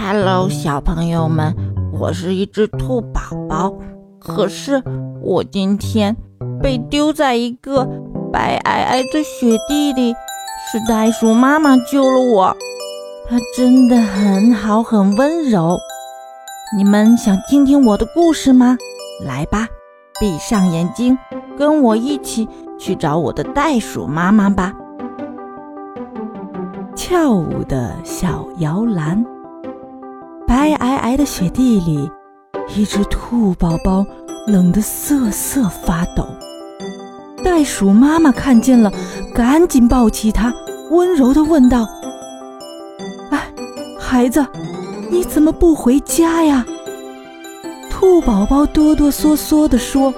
Hello， 小朋友们，我是一只兔宝宝，可是我今天被丢在一个白皑皑的雪地里，是袋鼠妈妈救了我，她真的很好，很温柔。你们想听听我的故事吗？来吧，闭上眼睛，跟我一起去找我的袋鼠妈妈吧。跳舞的小摇篮。白皑皑的雪地里，一只兔宝宝冷得瑟瑟发抖。袋鼠妈妈看见了，赶紧抱起它，温柔地问道：孩子，你怎么不回家呀？兔宝宝哆哆嗦嗦地说：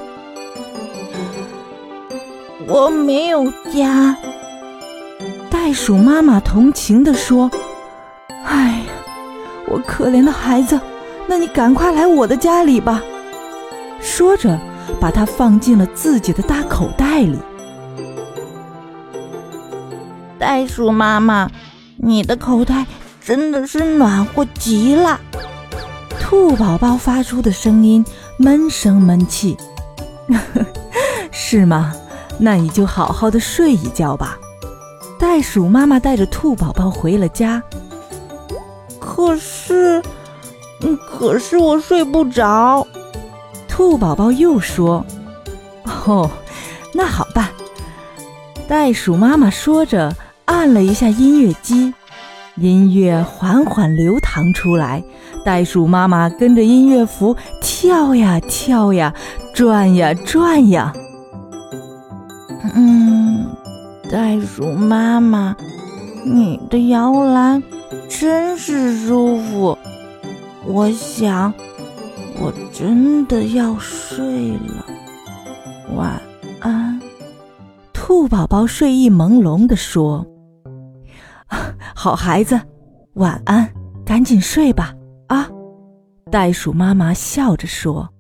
我没有家。袋鼠妈妈同情地说：哎呀，我可怜的孩子，那你赶快来我的家里吧。说着，把它放进了自己的大口袋里。袋鼠妈妈，你的口袋真的是暖和极了。兔宝宝发出的声音闷声闷气。是吗？那你就好好的睡一觉吧。袋鼠妈妈带着兔宝宝回了家。可是我睡不着。兔宝宝又说：哦，那好吧。袋鼠妈妈说着，按了一下音乐机，音乐缓缓流淌出来，袋鼠妈妈跟着音乐符跳呀跳呀，转呀转呀。袋鼠妈妈，你的摇篮真是舒服，我想我真的要睡了，晚安。兔宝宝睡意朦胧地说：好孩子，晚安，赶紧睡吧啊。袋鼠妈妈笑着说。